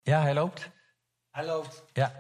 Ja, hij loopt. Hij loopt. Ja.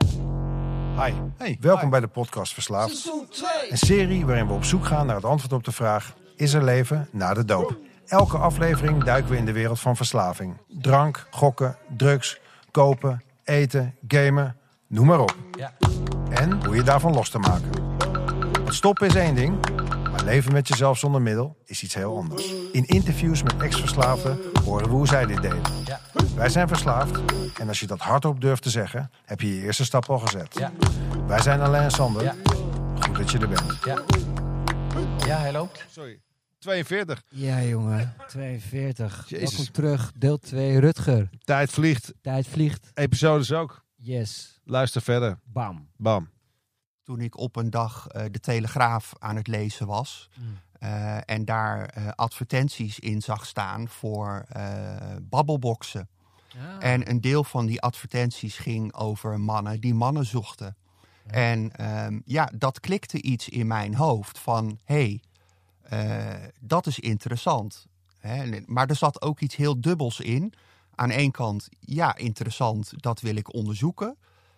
Hi, welkom bij de podcast Verslaafd. Seizoen 2. Een serie waarin we op zoek gaan naar het antwoord op de vraag: is er leven na de doop? Elke aflevering duiken we in de wereld van verslaving. Drank, gokken, drugs, kopen, eten, gamen, noem maar op. Ja. En hoe je daarvan los te maken. Het stoppen is één ding, maar leven met jezelf zonder middel is iets heel anders. In interviews met ex-verslaafden horen we hoe zij dit deden. Ja. Wij zijn verslaafd en als je dat hardop durft te zeggen, heb je je eerste stap al gezet. Ja. Wij zijn Alain en Sander. Ja. Goed dat je er bent. Ja. Ja, hij loopt. Sorry. 42. Ja, jongen. 42. Jezus. Welkom terug. Deel 2. Rutger. Tijd vliegt. Tijd vliegt. Episodes ook. Yes. Luister verder. Bam. Bam. Toen ik op een dag de Telegraaf aan het lezen was. En daar advertenties in zag staan voor babbelboxen. Ja. En een deel van die advertenties ging over mannen die mannen zochten. Ja. En dat klikte iets in mijn hoofd van... dat is interessant. Hè? Maar er zat ook iets heel dubbels in. Aan één kant, ja, interessant, dat wil ik onderzoeken.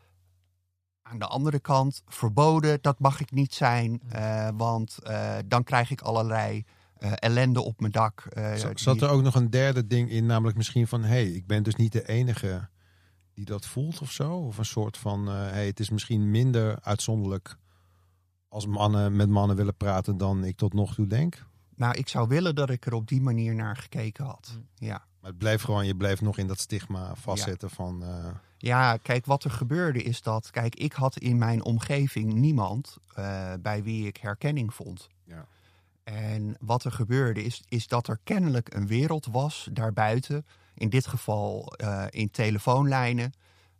Aan de andere kant, verboden, dat mag ik niet zijn. Want dan krijg ik allerlei ellende op mijn dak. Zat er ook nog een derde ding in, namelijk misschien van... ik ben dus niet de enige die dat voelt of zo? Of een soort van, het is misschien minder uitzonderlijk... als mannen met mannen willen praten dan ik tot nog toe denk? Nou, ik zou willen dat ik er op die manier naar gekeken had. Ja. Maar het bleef gewoon, je bleef nog in dat stigma vastzetten van... Ja, kijk, wat er gebeurde is dat... Kijk, ik had in mijn omgeving niemand bij wie ik herkenning vond. Ja. En wat er gebeurde is dat er kennelijk een wereld was daarbuiten. In dit geval in telefoonlijnen.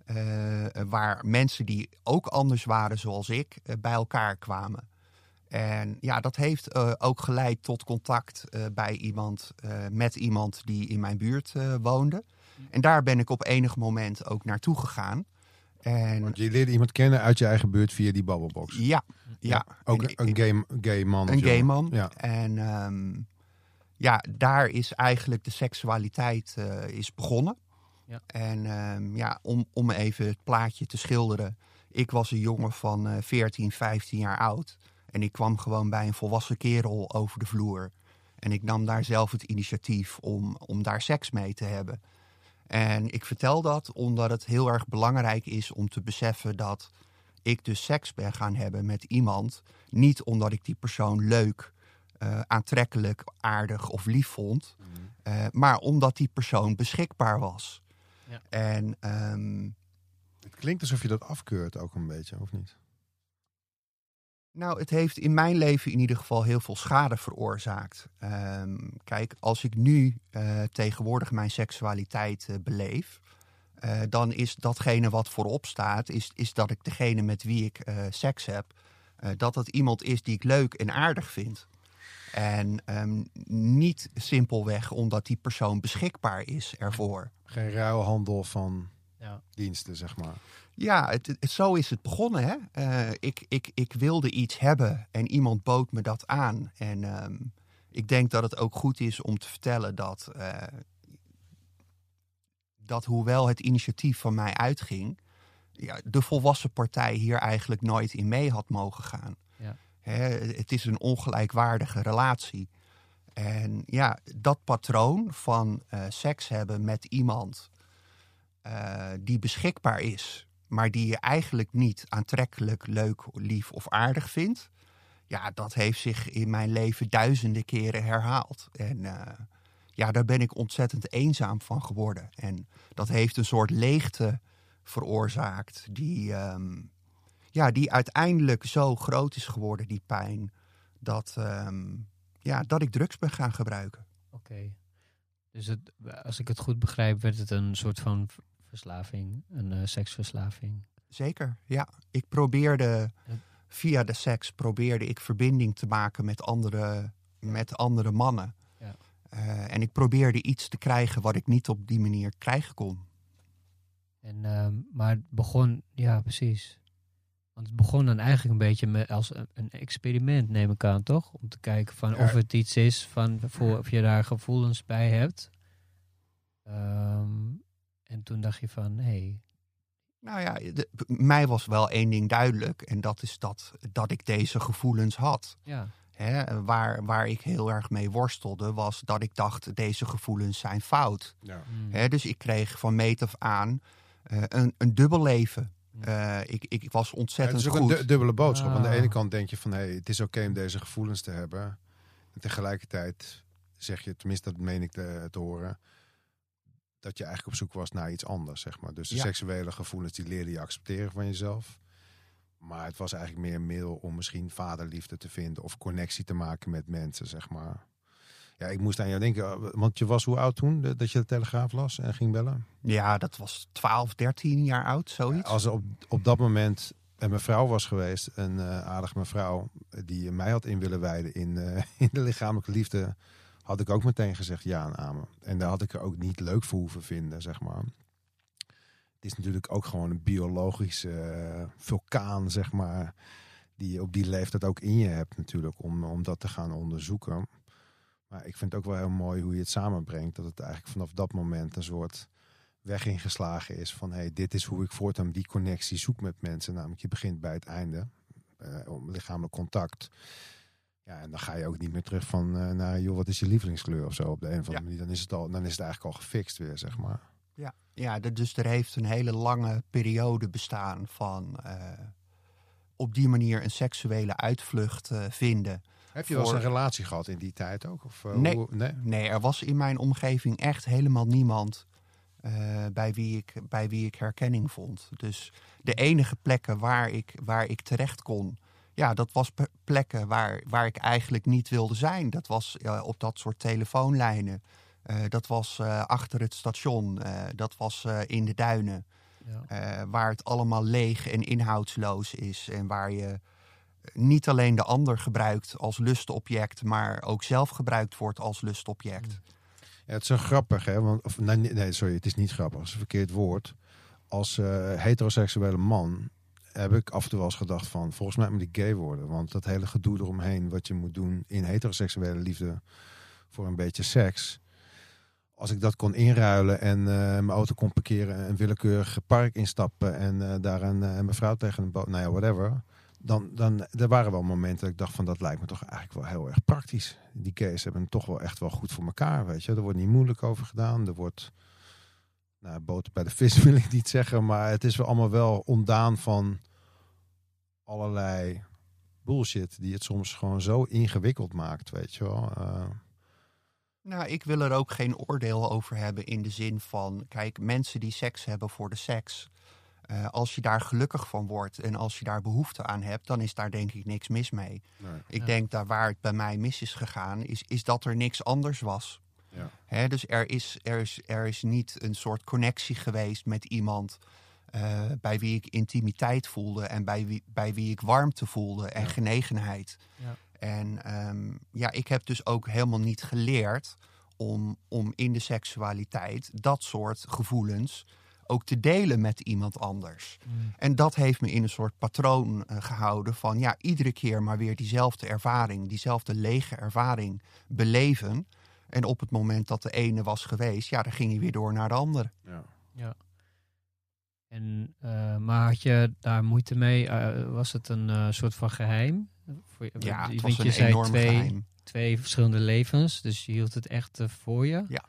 Waar mensen die ook anders waren zoals ik bij elkaar kwamen. En ja, dat heeft ook geleid tot contact bij iemand, met iemand die in mijn buurt woonde. En daar ben ik op enig moment ook naartoe gegaan. En Want je leerde iemand kennen uit je eigen buurt via die babbelbox. ja. Ook een gay man. Een gay man. Ja. En daar is eigenlijk de seksualiteit is begonnen. Ja. En om even het plaatje te schilderen. Ik was een jongen van 14, 15 jaar oud. En ik kwam gewoon bij een volwassen kerel over de vloer. En ik nam daar zelf het initiatief om daar seks mee te hebben. En ik vertel dat omdat het heel erg belangrijk is om te beseffen dat ik dus seks ben gaan hebben met iemand. Niet omdat ik die persoon leuk, aantrekkelijk, aardig of lief vond. Maar omdat die persoon beschikbaar was. Ja. En Het klinkt alsof je dat afkeurt ook een beetje, of niet? nou, het heeft in mijn leven in ieder geval heel veel schade veroorzaakt. Kijk, als ik nu tegenwoordig mijn seksualiteit beleef... dan is datgene wat voorop staat, is dat ik degene met wie ik seks heb... dat het iemand is die ik leuk en aardig vind. En niet simpelweg omdat die persoon beschikbaar is ervoor. Geen ruilhandel van Ja. diensten, zeg maar. Ja, zo is het begonnen. Hè? Ik wilde iets hebben en iemand bood me dat aan. En ik denk dat het ook goed is om te vertellen dat hoewel het initiatief van mij uitging... Ja, de volwassen partij hier eigenlijk nooit in mee had mogen gaan. Ja. Het is een ongelijkwaardige relatie. En ja, dat patroon van seks hebben met iemand die beschikbaar is... maar die je eigenlijk niet aantrekkelijk, leuk, lief of aardig vindt... ja, dat heeft zich in mijn leven duizenden keren herhaald. En daar ben ik ontzettend eenzaam van geworden. En dat heeft een soort leegte veroorzaakt... die uiteindelijk zo groot is geworden, die pijn... dat ik drugs ben gaan gebruiken. Oké. Dus als ik het goed begrijp, werd het een soort van verslaving. Een seksverslaving. Zeker, ja. Ik probeerde... Via de seks probeerde ik verbinding te maken met andere mannen. Ja. En ik probeerde iets te krijgen wat ik niet op die manier krijgen kon. Maar het begon, ja precies. Want het begon dan eigenlijk een beetje als een experiment, neem ik aan, toch? Om te kijken van of het iets is, of je daar gevoelens bij hebt. En toen dacht je van, hey, Nou ja, mij was wel één ding duidelijk. En dat is dat ik deze gevoelens had. ja. Hè, waar ik heel erg mee worstelde, was dat ik dacht, deze gevoelens zijn fout. Ja. Hè, dus ik kreeg van meet af aan een dubbel leven. Ik was Ja, het ontzettend is ook goed. een dubbele boodschap. Aan de Ah. ene kant denk je van, het is oké om deze gevoelens te hebben. En tegelijkertijd zeg je, tenminste dat meen ik te horen, dat je eigenlijk op zoek was naar iets anders, zeg maar. Dus de Ja. seksuele gevoelens, die leerde je accepteren van jezelf. Maar het was eigenlijk meer een middel om misschien vaderliefde te vinden of connectie te maken met mensen, zeg maar. Ja, ik moest aan jou denken, want je was hoe oud toen dat je de Telegraaf las en ging bellen? Ja, dat was 12, 13 jaar oud, zoiets. Als er op dat moment een mevrouw was geweest, een aardige mevrouw, die mij had in willen wijden in de lichamelijke liefde, had ik ook meteen gezegd ja en amen. En daar had ik er ook niet leuk voor hoeven vinden, zeg maar. Het is natuurlijk ook gewoon een biologische vulkaan, zeg maar, die je op die leeftijd ook in je hebt natuurlijk, om dat te gaan onderzoeken. Maar ik vind het ook wel heel mooi hoe je het samenbrengt, dat het eigenlijk vanaf dat moment een soort weg ingeslagen is van, dit is hoe ik voortaan die connectie zoek met mensen. Namelijk, je begint bij het einde, om lichamelijk contact. Ja, en dan ga je ook niet meer terug van, naar, joh, wat is je lievelingskleur of zo op de een of andere manier. Dan is het eigenlijk al gefixt weer, zeg maar. Ja, dus er heeft een hele lange periode bestaan van op die manier een seksuele uitvlucht vinden. Heb je wel eens een relatie gehad in die tijd ook? Of, Nee. Nee? Nee, er was in mijn omgeving echt helemaal niemand bij wie ik herkenning vond. Dus de enige plekken waar ik terecht kon, ja, dat was plekken waar ik eigenlijk niet wilde zijn. Dat was op dat soort telefoonlijnen. Dat was achter het station. Dat was in de duinen. Ja. Waar het allemaal leeg en inhoudsloos is. En waar je niet alleen de ander gebruikt als lustobject, maar ook zelf gebruikt wordt als lustobject. Ja, het is zo grappig, hè? Want, nee, sorry, het is niet grappig. Dat is een verkeerd woord. Als heteroseksuele man heb ik af en toe wel eens gedacht van, volgens mij moet ik gay worden. Want dat hele gedoe eromheen wat je moet doen in heteroseksuele liefde voor een beetje seks. Als ik dat kon inruilen en mijn auto kon parkeren, een willekeurig park instappen en daar een mevrouw tegen een boot, nou ja, whatever. Dan er waren wel momenten dat ik dacht van, dat lijkt me toch eigenlijk wel heel erg praktisch. Die gays hebben het toch wel echt wel goed voor elkaar, weet je. Er wordt niet moeilijk over gedaan. Er wordt, boter bij de vis wil ik niet zeggen, maar het is wel allemaal wel ontdaan van allerlei bullshit die het soms gewoon zo ingewikkeld maakt, weet je wel. Nou, ik wil er ook geen oordeel over hebben in de zin van, kijk, mensen die seks hebben voor de seks, als je daar gelukkig van wordt en als je daar behoefte aan hebt, dan is daar denk ik niks mis mee. Nee. Ik denk dat waar het bij mij mis is gegaan, is dat er niks anders was. Ja. Hè, dus er is niet een soort connectie geweest met iemand bij wie ik intimiteit voelde en bij wie ik warmte voelde en genegenheid. Ja. En ik heb dus ook helemaal niet geleerd om in de seksualiteit dat soort gevoelens ook te delen met iemand anders. En dat heeft me in een soort patroon gehouden van, ja, iedere keer maar weer diezelfde ervaring, diezelfde lege ervaring beleven. En op het moment dat de ene was geweest, ja, dan ging je weer door naar de andere. Ja. Ja. En, maar had je daar moeite mee? Was het een soort van geheim? Ja, het Want was je een zei enorm geheim. twee verschillende levens, dus je hield het echt voor je? Ja.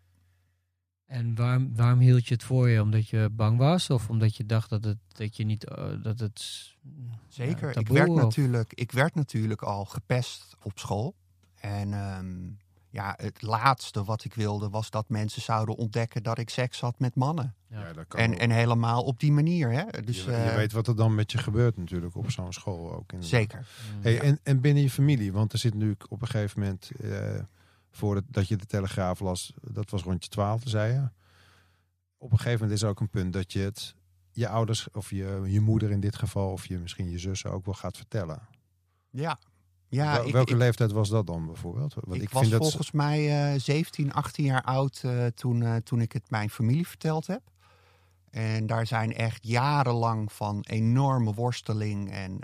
En waarom hield je het voor je? Omdat je bang was? Of omdat je dacht dat het Zeker. taboe, Ik werd natuurlijk al gepest op school. En het laatste wat ik wilde was dat mensen zouden ontdekken dat ik seks had met mannen. Ja. Ja, dat kan ook. En helemaal op die manier. Hè? Dus, je weet wat er dan met je gebeurt natuurlijk op zo'n school ook. Inderdaad. Zeker. Hey, en binnen je familie, want er zit natuurlijk op een gegeven moment, voordat je de Telegraaf las, dat was rond je 12, zei je. Op een gegeven moment is er ook een punt dat je het je ouders, of je moeder in dit geval, of misschien je zussen ook wel gaat vertellen. Ja. Welke leeftijd was dat dan bijvoorbeeld? Want ik was volgens mij 17, 18 jaar oud toen ik het mijn familie verteld heb. En daar zijn echt jarenlang van enorme worsteling en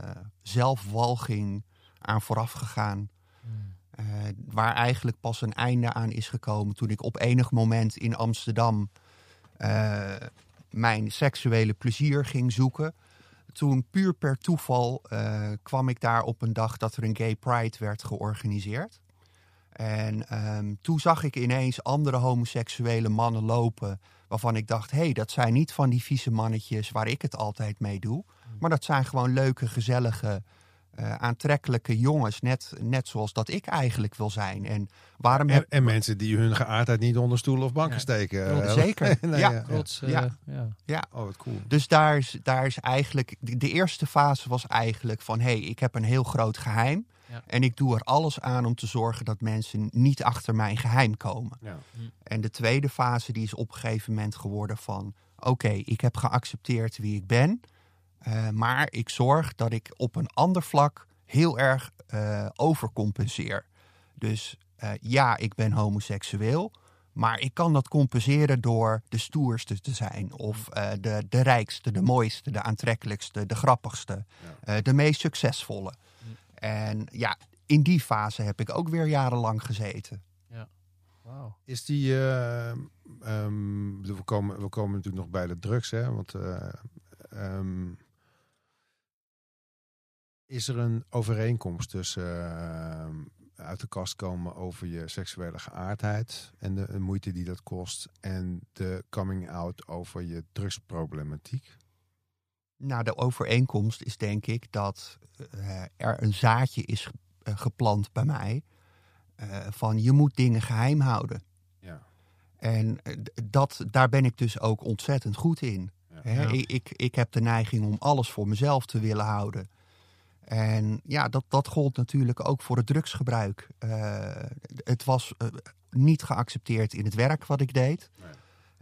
zelfwalging aan vooraf gegaan. Waar eigenlijk pas een einde aan is gekomen toen ik op enig moment in Amsterdam mijn seksuele plezier ging zoeken. Toen puur per toeval kwam ik daar op een dag dat er een gay pride werd georganiseerd. En toen zag ik ineens andere homoseksuele mannen lopen, waarvan ik dacht, dat zijn niet van die vieze mannetjes waar ik het altijd mee doe. Maar dat zijn gewoon leuke, gezellige, aantrekkelijke jongens, net zoals dat ik eigenlijk wil zijn. En waarom En mensen die hun geaardheid niet onder stoelen of banken steken. Zeker. Ja. Oh, wat cool. Dus daar is eigenlijk, de eerste fase was eigenlijk van, ik heb een heel groot geheim. Ja. En ik doe er alles aan om te zorgen dat mensen niet achter mijn geheim komen. Ja. En de tweede fase die is op een gegeven moment geworden van, oké, ik heb geaccepteerd wie ik ben. Maar ik zorg dat ik op een ander vlak heel erg overcompenseer. Dus ik ben homoseksueel. Maar ik kan dat compenseren door de stoerste te zijn. Of de rijkste, de mooiste, de aantrekkelijkste, de grappigste. De meest succesvolle. En in die fase heb ik ook weer jarenlang gezeten. Ja. Wow. Is die... we komen natuurlijk nog bij de drugs, hè? Want... is er een overeenkomst tussen uit de kast komen over je seksuele geaardheid en de moeite die dat kost en de coming out over je drugsproblematiek? Nou, de overeenkomst is denk ik dat er een zaadje is geplant bij mij van je moet dingen geheim houden. Ja. En daar ben ik dus ook ontzettend goed in. Ja. Ik heb de neiging om alles voor mezelf te willen houden. En dat gold natuurlijk ook voor het drugsgebruik. Het was niet geaccepteerd in het werk wat ik deed. Nee.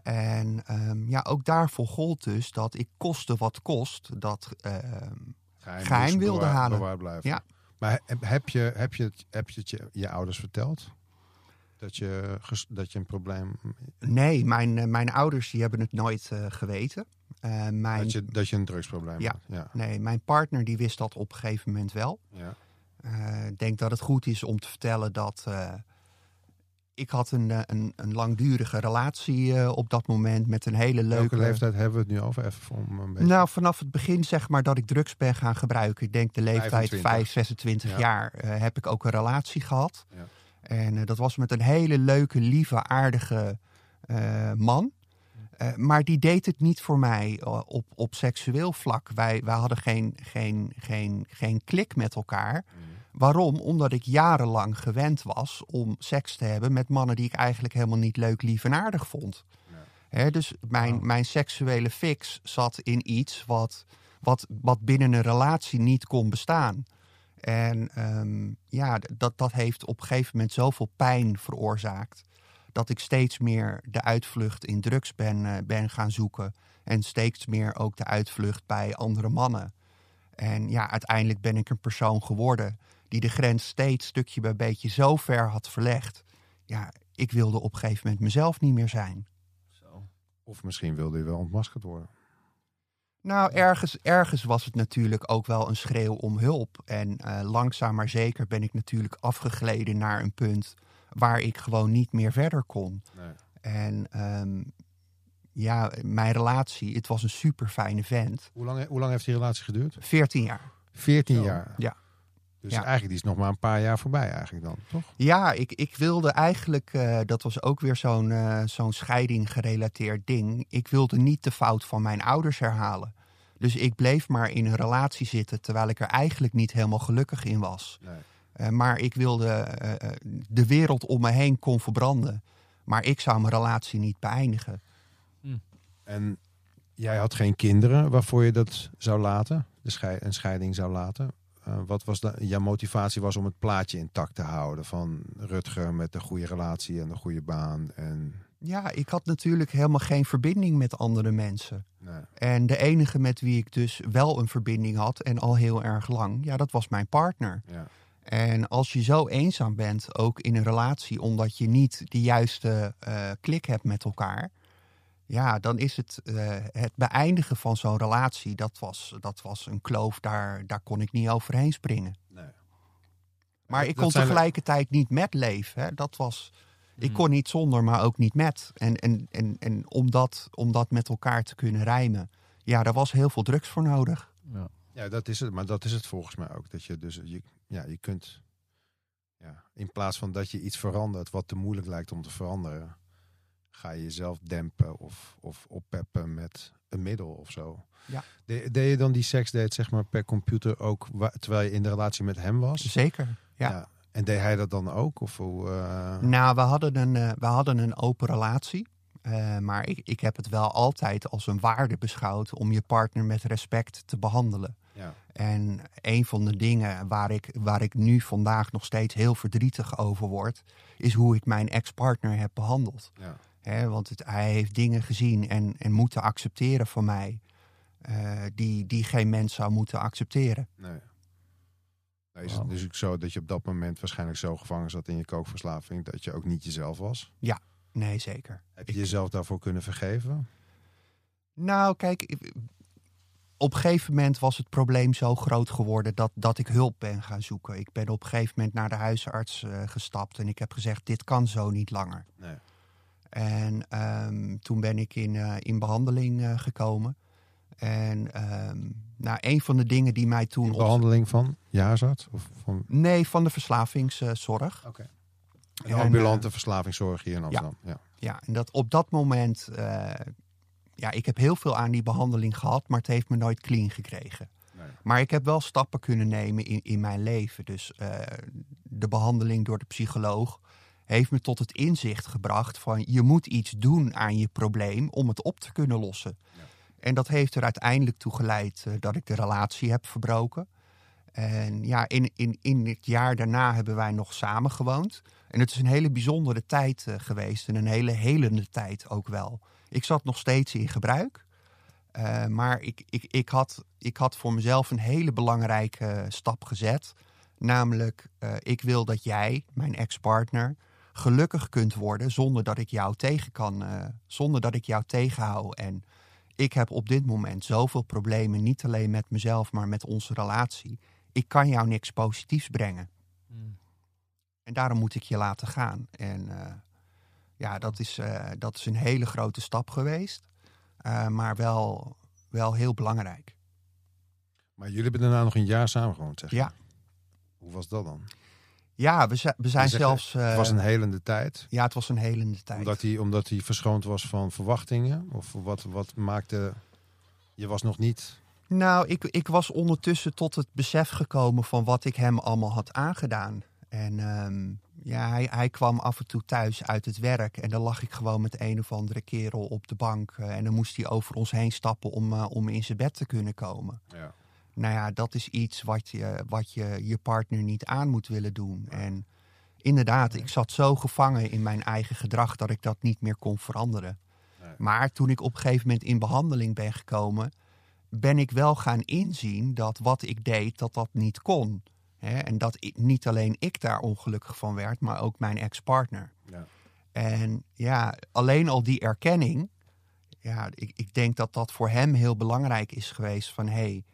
En ook daarvoor gold dus dat ik koste wat kost dat geheim wilde halen. Ja. Maar heb je het je ouders verteld? Dat je een probleem... Nee, mijn ouders die hebben het nooit geweten. Dat je een drugsprobleem had? Ja. Nee, mijn partner die wist dat op een gegeven moment wel. Ja. Ik denk dat het goed is om te vertellen dat... ik had een langdurige relatie op dat moment met een hele leuke... Welke leeftijd hebben we het nu over? Even om een beetje... Nou, vanaf het begin zeg maar dat ik drugs ben gaan gebruiken. Ik denk de leeftijd 26 jaar heb ik ook een relatie gehad. Ja. En dat was met een hele leuke, lieve, aardige man. Maar die deed het niet voor mij op seksueel vlak. Wij hadden geen klik met elkaar. Waarom? Omdat ik jarenlang gewend was om seks te hebben met mannen die ik eigenlijk helemaal niet leuk, lief en aardig vond. Dus mijn seksuele fix zat in iets wat binnen een relatie niet kon bestaan. En dat heeft op een gegeven moment zoveel pijn veroorzaakt dat ik steeds meer de uitvlucht in drugs ben gaan zoeken. En steeds meer ook de uitvlucht bij andere mannen. En uiteindelijk ben ik een persoon geworden die de grens steeds stukje bij beetje zo ver had verlegd. Ja, ik wilde op een gegeven moment mezelf niet meer zijn. Zo. Of misschien wilde je wel ontmaskerd worden. Nou, ergens was het natuurlijk ook wel een schreeuw om hulp. En langzaam maar zeker ben ik natuurlijk afgegleden naar een punt waar ik gewoon niet meer verder kon. Nee. En mijn relatie, het was een super fijne vent. Hoe lang heeft die relatie geduurd? 14 jaar. 14 jaar? Ja. Dus eigenlijk die is nog maar een paar jaar voorbij eigenlijk dan, toch? Ja, ik wilde eigenlijk, dat was ook weer zo'n scheiding gerelateerd ding. Ik wilde niet de fout van mijn ouders herhalen. Dus ik bleef maar in een relatie zitten terwijl ik er eigenlijk niet helemaal gelukkig in was. Nee. Maar ik wilde de wereld om me heen kon verbranden. Maar ik zou mijn relatie niet beëindigen. En jij had geen kinderen waarvoor je dat zou laten? Een scheiding zou laten? Wat was jouw motivatie was om het plaatje intact te houden van Rutger met de goede relatie en de goede baan? Ja, ik had natuurlijk helemaal geen verbinding met andere mensen. Nee. En de enige met wie ik dus wel een verbinding had en al heel erg lang, dat was mijn partner. Ja. En als je zo eenzaam bent, ook in een relatie, omdat je niet de juiste klik hebt met elkaar, dan is het beëindigen van zo'n relatie, dat was een kloof, daar kon ik niet overheen springen. Nee. Maar ik kon tegelijkertijd niet met leven. Hè. Dat was Ik kon niet zonder, maar ook niet met. En om dat met elkaar te kunnen rijmen. Ja, daar was heel veel drugs voor nodig. Ja. Ja, dat is het. Maar dat is het volgens mij ook. Dat je dus, je kunt, in plaats van dat je iets verandert wat te moeilijk lijkt om te veranderen, ga je jezelf dempen of oppeppen met een middel of zo. Ja. Deed je dan die seksdate zeg maar per computer ook terwijl je in de relatie met hem was? Zeker, ja. En deed hij dat dan ook? Of hoe, Nou, we hadden een open relatie. Maar ik heb het wel altijd als een waarde beschouwd om je partner met respect te behandelen. Ja. En een van de dingen waar ik nu vandaag nog steeds heel verdrietig over word, is hoe ik mijn ex-partner heb behandeld. Ja. Want hij heeft dingen gezien en moeten accepteren van mij die geen mens zou moeten accepteren. Nee. Nou, is het dus ook zo dat je op dat moment waarschijnlijk zo gevangen zat in je kookverslaving dat je ook niet jezelf was? Ja, nee, zeker. Heb je jezelf daarvoor kunnen vergeven? Nou, kijk, op een gegeven moment was het probleem zo groot geworden dat ik hulp ben gaan zoeken. Ik ben op een gegeven moment naar de huisarts gestapt en ik heb gezegd, dit kan zo niet langer. Nee. En toen ben ik in behandeling gekomen. En een van de dingen die mij toen... In behandeling van je huisarts? Of van... Nee, van de verslavingszorg. Oké. Een ambulante verslavingszorg hier in Amsterdam. Ja, en dat op dat moment... ik heb heel veel aan die behandeling gehad, maar het heeft me nooit clean gekregen. Nee. Maar ik heb wel stappen kunnen nemen in mijn leven. Dus de behandeling door de psycholoog heeft me tot het inzicht gebracht van je moet iets doen aan je probleem om het op te kunnen lossen. Ja. En dat heeft er uiteindelijk toe geleid dat ik de relatie heb verbroken. En ja, in het jaar daarna hebben wij nog samen gewoond. En het is een hele bijzondere tijd geweest en een hele helende tijd ook wel. Ik zat nog steeds in gebruik. Maar ik had voor mezelf een hele belangrijke stap gezet. Namelijk, ik wil dat jij, mijn ex-partner, gelukkig kunt worden zonder dat ik jou zonder dat ik jou tegenhoud. En ik heb op dit moment zoveel problemen, niet alleen met mezelf, maar met onze relatie. Ik kan jou niks positiefs brengen. En daarom moet ik je laten gaan. En dat is een hele grote stap geweest. Maar wel heel belangrijk. Maar jullie hebben daarna nog een jaar samengewoond, zeg je? Ja. Hoe was dat dan? Ja, we zijn zelfs... Het was een helende tijd? Ja, het was een helende tijd. Omdat hij verschoond was van verwachtingen? Of wat maakte... Je was nog niet... Nou, ik was ondertussen tot het besef gekomen van wat ik hem allemaal had aangedaan. En hij kwam af en toe thuis uit het werk en dan lag ik gewoon met een of andere kerel op de bank. En dan moest hij over ons heen stappen om in zijn bed te kunnen komen. Ja. Nou ja, dat is iets wat je partner niet aan moet willen doen. En inderdaad, ik zat zo gevangen in mijn eigen gedrag dat ik dat niet meer kon veranderen. Nee. Maar toen ik op een gegeven moment in behandeling ben gekomen, ben ik wel gaan inzien dat wat ik deed, dat niet kon. En dat niet alleen ik daar ongelukkig van werd, maar ook mijn ex-partner. Ja. En ja, alleen al die erkenning, ik denk dat dat voor hem heel belangrijk is geweest van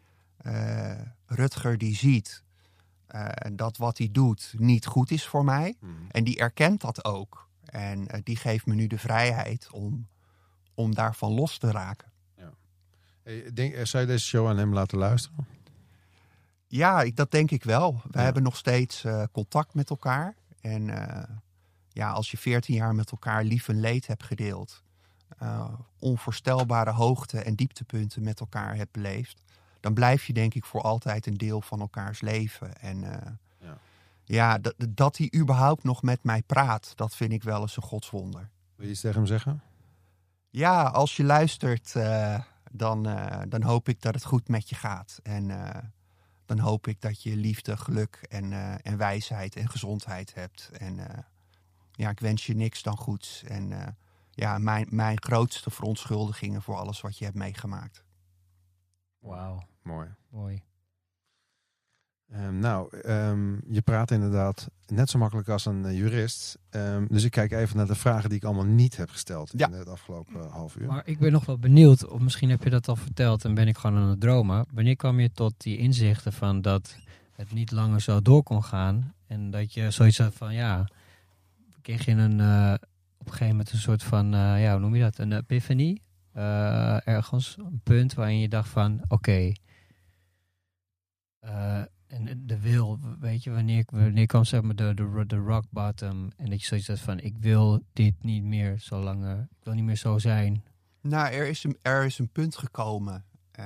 Rutger die ziet dat wat hij doet niet goed is voor mij. En die erkent dat ook. En die geeft me nu de vrijheid om daarvan los te raken. Ja. Zou je deze show aan hem laten luisteren? Ja, dat denk ik wel. We hebben nog steeds contact met elkaar. En als je 14 jaar met elkaar lief en leed hebt gedeeld, onvoorstelbare hoogte- en dieptepunten met elkaar hebt beleefd, dan blijf je denk ik voor altijd een deel van elkaars leven. En dat hij überhaupt nog met mij praat, dat vind ik wel eens een godswonder. Wil je iets tegen hem zeggen? Ja, als je luistert, dan hoop ik dat het goed met je gaat. En dan hoop ik dat je liefde, geluk en wijsheid en gezondheid hebt. En ik wens je niks dan goeds. En mijn grootste verontschuldigingen voor alles wat je hebt meegemaakt. Wauw. Mooi. Je praat inderdaad net zo makkelijk als een jurist. Dus ik kijk even naar de vragen die ik allemaal niet heb gesteld in het afgelopen half uur. Maar ik ben nog wel benieuwd, of misschien heb je dat al verteld en ben ik gewoon aan het dromen. Wanneer kwam je tot die inzichten van dat het niet langer zo door kon gaan en dat je zoiets had van kreeg je op een gegeven moment een soort van, hoe noem je dat? Een epiphanie. Ergens een punt waarin je dacht van, oké. En de wil, weet je, wanneer kwam zeg maar de rock bottom. En dat je zoiets had van, ik wil dit niet meer zo langer. Ik wil niet meer zo zijn. Nou, er is een punt gekomen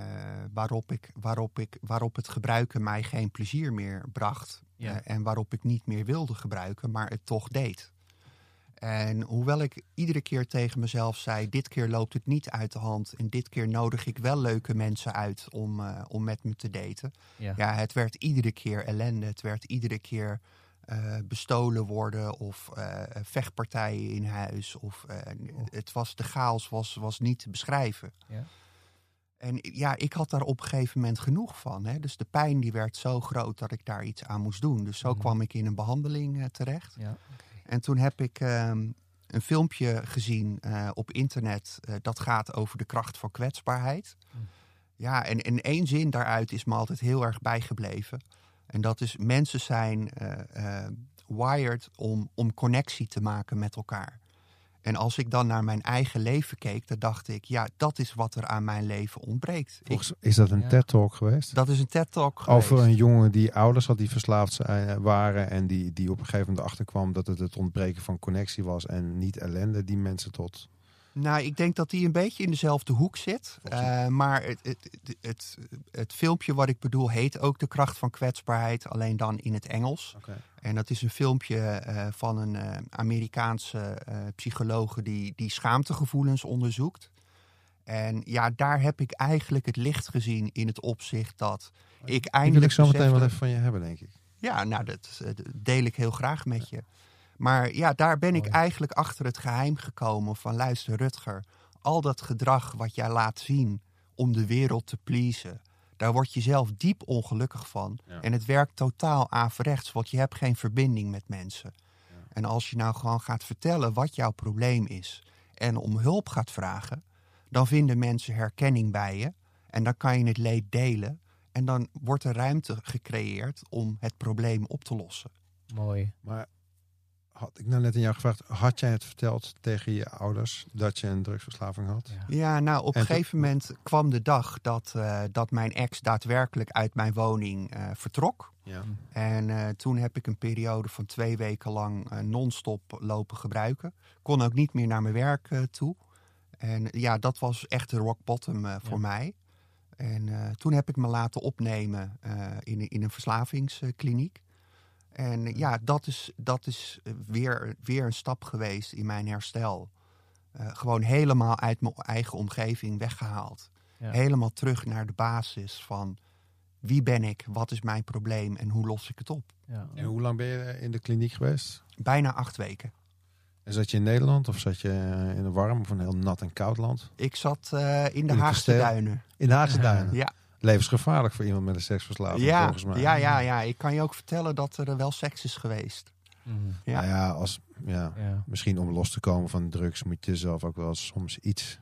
waarop het gebruiken mij geen plezier meer bracht. Ja. En waarop ik niet meer wilde gebruiken, maar het toch deed. En hoewel ik iedere keer tegen mezelf zei, dit keer loopt het niet uit de hand. En dit keer nodig ik wel leuke mensen uit om met me te daten. Ja. Ja, het werd iedere keer ellende. Het werd iedere keer bestolen worden of vechtpartijen in huis. De chaos was niet te beschrijven. Ja. En ja, ik had daar op een gegeven moment genoeg van. Hè? Dus de pijn die werd zo groot dat ik daar iets aan moest doen. Dus zo kwam ik in een behandeling terecht. Ja. En toen heb ik een filmpje gezien op internet. Dat gaat over de kracht van kwetsbaarheid. Ja, en in één zin daaruit is me altijd heel erg bijgebleven. En dat is, mensen zijn wired om connectie te maken met elkaar. En als ik dan naar mijn eigen leven keek, dan dacht ik, ja, dat is wat er aan mijn leven ontbreekt. Is dat een TED-talk geweest? Dat is een TED-talk geweest. Over een jongen die ouders had die verslaafd waren en die op een gegeven moment achterkwam dat het ontbreken van connectie was en niet ellende die mensen tot... Nou, ik denk dat die een beetje in dezelfde hoek zit. Maar het filmpje wat ik bedoel heet ook De Kracht van Kwetsbaarheid, alleen dan in het Engels. Okay. En dat is een filmpje van een Amerikaanse psycholoog die schaamtegevoelens onderzoekt. En ja, daar heb ik eigenlijk het licht gezien in het opzicht dat ik eindelijk... Die wil ik zo meteen besefte, wel even van je hebben, denk ik. Ja, nou, dat deel ik heel graag met je. Maar ja, daar ben ik eigenlijk achter het geheim gekomen van, luister Rutger, al dat gedrag wat jij laat zien om de wereld te pleasen, daar word je zelf diep ongelukkig van. Ja. En het werkt totaal averechts, want je hebt geen verbinding met mensen. Ja. En als je nou gewoon gaat vertellen wat jouw probleem is en om hulp gaat vragen, dan vinden mensen herkenning bij je en dan kan je het leed delen en dan wordt er ruimte gecreëerd om het probleem op te lossen. Mooi. Maar had ik nou net aan jou gevraagd, had jij het verteld tegen je ouders dat je een drugsverslaving had? Ja, nou op een gegeven moment kwam de dag dat mijn ex daadwerkelijk uit mijn woning vertrok. Ja. En toen heb ik een periode van 2 weken lang non-stop lopen gebruiken. Kon ook niet meer naar mijn werk toe. En ja, dat was echt de rock bottom voor mij. En toen heb ik me laten opnemen in een verslavingskliniek. En ja, dat is weer een stap geweest in mijn herstel. Gewoon helemaal uit mijn eigen omgeving weggehaald. Ja. Helemaal terug naar de basis van wie ben ik, wat is mijn probleem en hoe los ik het op. Ja. En hoe lang ben je in de kliniek geweest? Bijna 8 weken. En zat je in Nederland of zat je in een warm of een heel nat en koud land? Ik zat in de Haagse Duinen. In de Haagse Duinen? Ja. Levensgevaarlijk voor iemand met een seksverslaving, volgens mij. Ja. Ik kan je ook vertellen dat er wel seks is geweest. Ja. Nou ja, misschien om los te komen van drugs moet je zelf ook wel soms iets...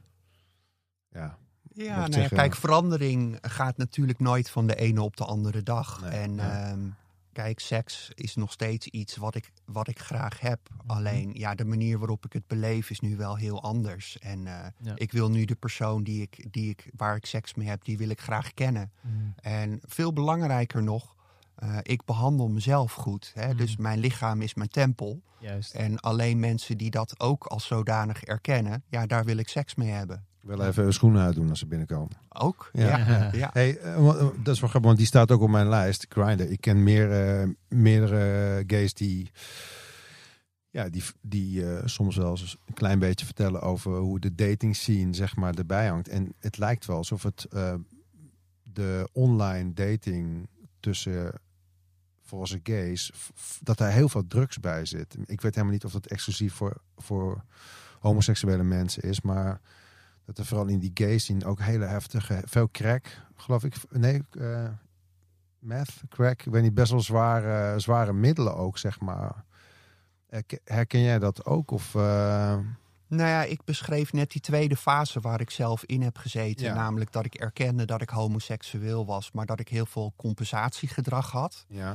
Kijk, verandering gaat natuurlijk nooit van de ene op de andere dag. Nee, en kijk, seks is nog steeds iets wat ik graag heb. Alleen, ja, de manier waarop ik het beleef is nu wel heel anders. En ik wil nu de persoon waar ik seks mee heb, die wil ik graag kennen. En veel belangrijker nog, ik behandel mezelf goed. Hè? Dus mijn lichaam is mijn tempel. Juist. En alleen mensen die dat ook als zodanig erkennen, ja, daar wil ik seks mee hebben. Wel even hun schoenen uitdoen als ze binnenkomen. Ook? Ja. Hey, dat is wel grappig, want die staat ook op mijn lijst, Grindr. Ik ken meerdere gays die soms wel eens een klein beetje vertellen over hoe de dating scene zeg maar erbij hangt. En het lijkt wel alsof het de online dating tussen volgens gays, dat daar heel veel drugs bij zit. Ik weet helemaal niet of dat exclusief voor homoseksuele mensen is, maar dat er vooral in die gay scene ook hele heftige, veel crack, geloof ik. Nee, meth, crack, ik weet niet, best wel zware middelen ook, zeg maar. Herken jij dat ook? Of, Nou ja, ik beschreef net die tweede fase waar ik zelf in heb gezeten. Ja. Namelijk dat ik erkende dat ik homoseksueel was, maar dat ik heel veel compensatiegedrag had. Ja.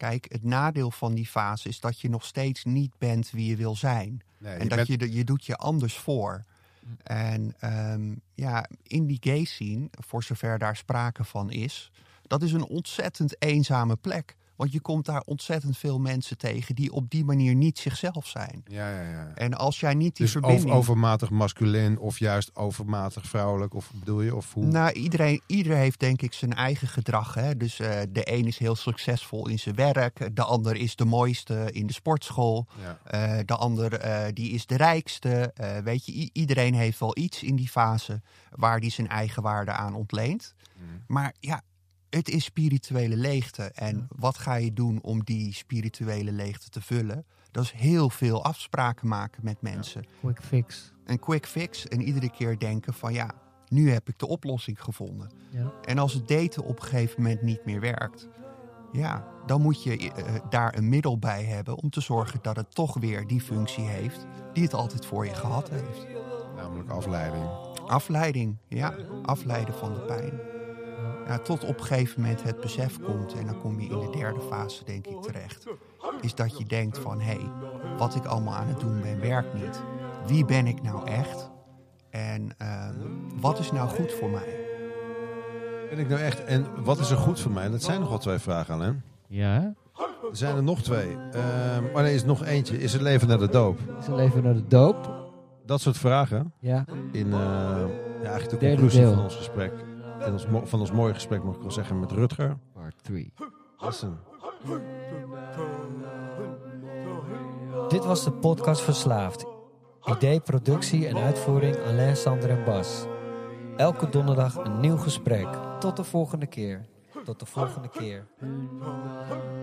Kijk, het nadeel van die fase is dat je nog steeds niet bent wie je wil zijn. Nee, En dat je doet je anders voor. En in die gay scene, voor zover daar sprake van is, dat is een ontzettend eenzame plek. Want je komt daar ontzettend veel mensen tegen die op die manier niet zichzelf zijn. Ja. En als jij niet die Dus verbinding... overmatig masculin of juist overmatig vrouwelijk? Of bedoel je? Of hoe? Nou, iedereen heeft denk ik zijn eigen gedrag. Hè? Dus de een is heel succesvol in zijn werk. De ander is de mooiste in de sportschool. Ja. De ander die is de rijkste. Weet je, iedereen heeft wel iets in die fase waar die zijn eigen waarde aan ontleent. Maar ja, het is spirituele leegte. En wat ga je doen om die spirituele leegte te vullen? Dat is heel veel afspraken maken met mensen. Quick fix. Een quick fix. En iedere keer denken van ja, nu heb ik de oplossing gevonden. Ja. En als het daten op een gegeven moment niet meer werkt, ja, dan moet je daar een middel bij hebben om te zorgen dat het toch weer die functie heeft die het altijd voor je gehad heeft. Namelijk afleiding. Afleiding, ja. Afleiden van de pijn. Ja, tot op een gegeven moment het besef komt, en dan kom je in de derde fase denk ik terecht, is dat je denkt van hé, wat ik allemaal aan het doen ben werkt niet. Wie ben ik nou echt? En wat is nou goed voor mij? Ben ik nou echt? En wat is er goed voor mij? Dat zijn nog wel 2 vragen, Alain. Ja? Er zijn er nog 2. Maar er is nog eentje. Is het leven naar de doop? Is het even naar de doop? Dat soort vragen. Ja. In eigenlijk de Derde conclusie deel. van ons gesprek. Van ons mooie gesprek, mag ik wel zeggen, met Rutger. Part 3. Listen. Dit was de podcast Verslaafd. Idee, productie en uitvoering Alain, Sander en Bas. Elke donderdag een nieuw gesprek. Tot de volgende keer. Tot de volgende keer.